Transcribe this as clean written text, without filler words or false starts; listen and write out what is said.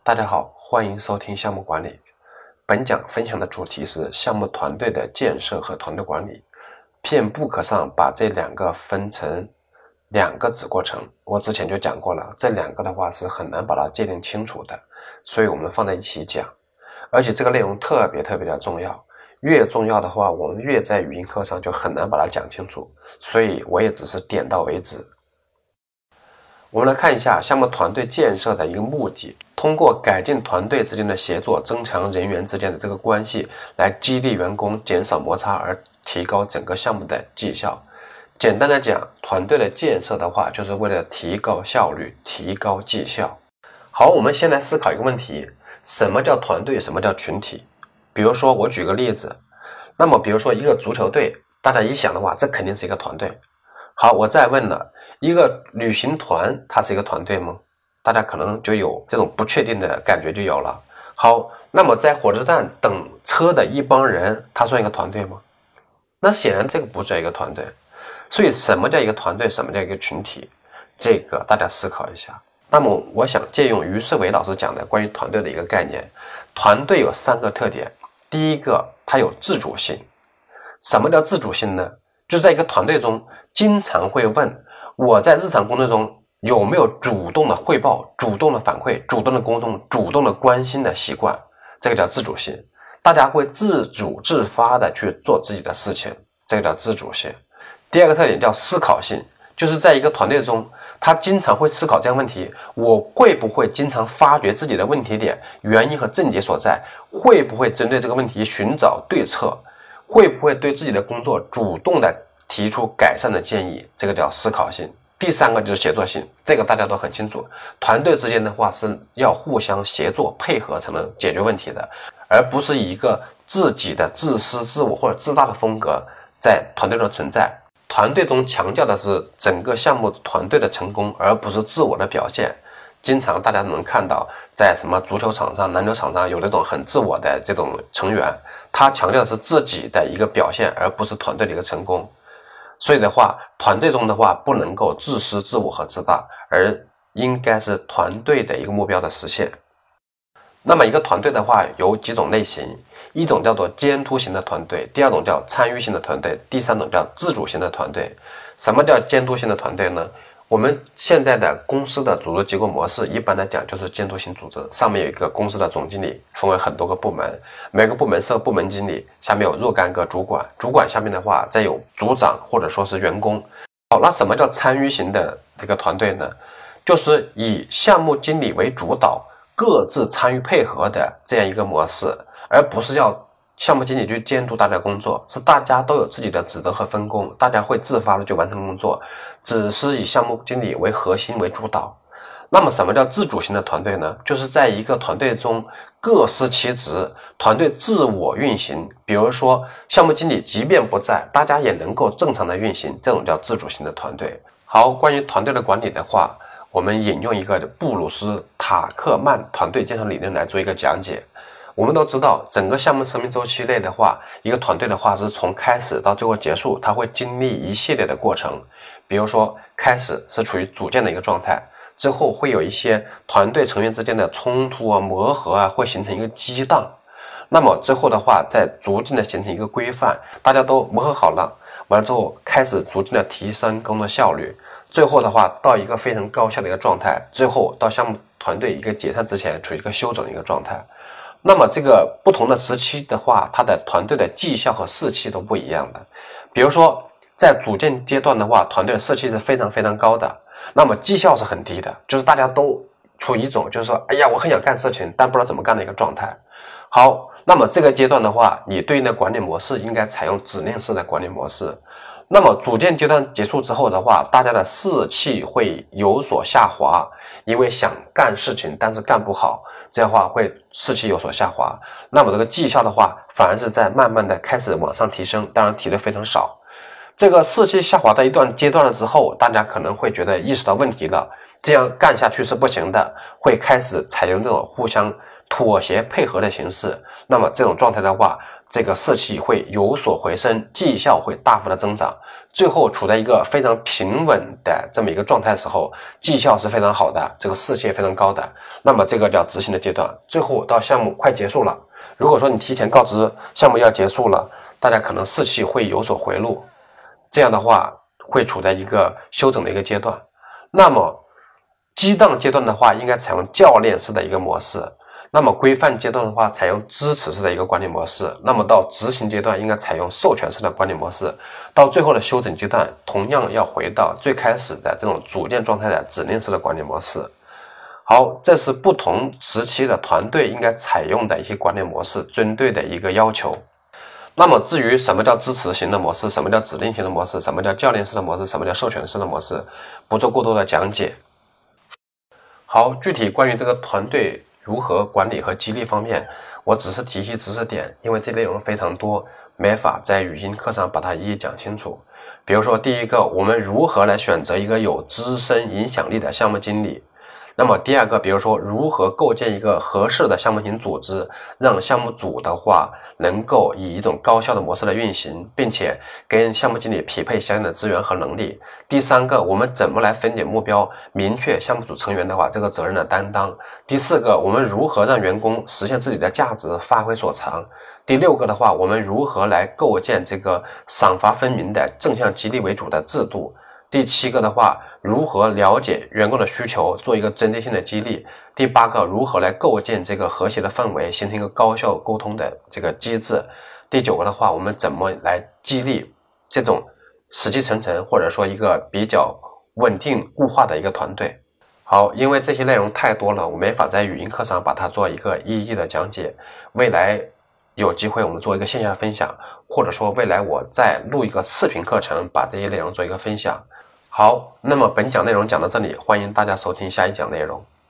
大家好，欢迎收听项目管理。本讲分享的主题是项目团队的建设和团队管理。PMBOK 上把这两个分成两个子过程，我之前就讲过了，这两个的话是很难把它界定清楚的，所以我们放在一起讲。而且这个内容特别的重要，越重要的话，我们越在语音课上就很难把它讲清楚，所以我也只是点到为止。我们来看一下项目团队建设的一个目的，通过改进团队之间的协作，增强人员之间的这个关系，来激励员工，减少摩擦，而提高整个项目的绩效。简单的讲，团队的建设的话，就是为了提高效率，提高绩效。好，我们先来思考一个问题，什么叫团队，什么叫群体？比如说我举个例子，那么比如说一个足球队，大家一想的话，这肯定是一个团队。好，我再问了，一个旅行团它是一个团队吗？大家可能就有这种不确定的感觉就有了。好，那么在火车站等车的一帮人，它算一个团队吗？那显然这个不是一个团队。所以什么叫一个团队，什么叫一个群体，这个大家思考一下。那么我想借用于世伟老师讲的关于团队的一个概念，团队有三个特点。第一个，它有自主性。什么叫自主性呢？就是在一个团队中经常会问，我在日常工作中有没有主动的汇报、主动的反馈、主动的沟通、主动的关心的习惯，这个叫自主性。大家会自主自发的去做自己的事情，这个叫自主性。第二个特点叫思考性，就是在一个团队中，他经常会思考这样问题，我会不会经常发掘自己的问题点、原因和症结所在，会不会针对这个问题寻找对策，会不会对自己的工作主动的提出改善的建议，这个叫思考性。第三个就是协作性，这个大家都很清楚，团队之间的话是要互相协作配合才能解决问题的，而不是以一个自己的自私自我或者自大的风格在团队中存在。团队中强调的是整个项目团队的成功，而不是自我的表现。经常大家能看到在什么足球场上、篮球场上有那种很自我的这种成员，他强调的是自己的一个表现，而不是团队的一个成功。所以的话，团队中的话不能够自私自我和自大，而应该是团队的一个目标的实现。那么一个团队的话有几种类型，一种叫做监督型的团队，第二种叫参与型的团队，第三种叫自主型的团队。什么叫监督型的团队呢？我们现在的公司的组织结构模式一般来讲就是监督型组织，上面有一个公司的总经理，分为很多个部门，每个部门设部门经理，下面有若干个主管，主管下面的话再有组长或者说是员工。好，那什么叫参与型的这个团队呢？就是以项目经理为主导，各自参与配合的这样一个模式，而不是要项目经理去监督大家工作，是大家都有自己的职责和分工，大家会自发的去完成工作，只是以项目经理为核心为主导。那么什么叫自主型的团队呢？就是在一个团队中各司其职，团队自我运行，比如说项目经理即便不在，大家也能够正常的运行，这种叫自主型的团队。好，关于团队的管理的话，我们引用一个布鲁斯塔克曼团队建设理论来做一个讲解。我们都知道，整个项目生命周期内的话，一个团队的话是从开始到最后结束，它会经历一系列的过程。比如说，开始是处于组建的一个状态，之后会有一些团队成员之间的冲突啊、磨合啊，会形成一个激荡。那么最后的话，再逐渐的形成一个规范，大家都磨合好了，完了之后开始逐渐的提升工作效率。最后的话，到一个非常高效的一个状态，最后到项目团队一个解散之前，处于一个休整的一个状态。那么这个不同的时期的话，它的团队的绩效和士气都不一样的。比如说在组建阶段的话，团队的士气是非常高的，那么绩效是很低的，就是大家都处于一种就是说，哎呀，我很想干事情，但不知道怎么干的一个状态。好，那么这个阶段的话，你对应的管理模式应该采用指令式的管理模式。那么组建阶段结束之后的话，大家的士气会有所下滑，因为想干事情但是干不好，这样的话会士气有所下滑。那么这个绩效的话，反而是在慢慢的开始往上提升，当然提的非常少。这个士气下滑到一段阶段了之后，大家可能会觉得意识到问题了，这样干下去是不行的，会开始采用这种互相妥协配合的形式。那么这种状态的话，这个士气会有所回升，绩效会大幅的增长， 最后处在一个非常平稳的这么一个状态的时候，绩效是非常好的，这个士气非常高的，那么这个叫执行的阶段。最后到项目快结束了，如果说你提前告知项目要结束了，大家可能士气会有所回落，这样的话会处在一个休整的一个阶段。那么激荡阶段的话，应该采用教练式的一个模式，那么规范阶段的话，采用支持式的一个管理模式，那么到执行阶段应该采用授权式的管理模式，到最后的休整阶段，同样要回到最开始的这种组建状态的指令式的管理模式。好，这是不同时期的团队应该采用的一些管理模式针对的一个要求。那么至于什么叫支持型的模式，什么叫指令型的模式，什么叫教练式的模式，什么叫授权式的模式，不做过多的讲解。好，具体关于这个团队如何管理和激励方面，我只是提一些知识点，因为这内容非常多，没法在语音课上把它一一讲清楚。比如说第一个，我们如何来选择一个有资深影响力的项目经理。那么第二个，比如说如何构建一个合适的项目型组织，让项目组的话能够以一种高效的模式来运行，并且跟项目经理匹配相应的资源和能力。第三个，我们怎么来分解目标，明确项目组成员的话这个责任的担当。第四个，我们如何让员工实现自己的价值，发挥所长。第六个的话，我们如何来构建这个赏罚分明的正向激励为主的制度。第七个的话，如何了解员工的需求，做一个针对性的激励。第八个，如何来构建这个和谐的氛围，形成一个高效沟通的这个机制。第九个的话，我们怎么来激励这种死气沉沉或者说一个比较稳定固化的一个团队。好，因为这些内容太多了，我没法在语音课上把它做一个一一的讲解，未来有机会我们做一个线下的分享，或者说未来我再录一个视频课程，把这些内容做一个分享。好，那么本讲内容讲到这里，欢迎大家收听下一讲内容。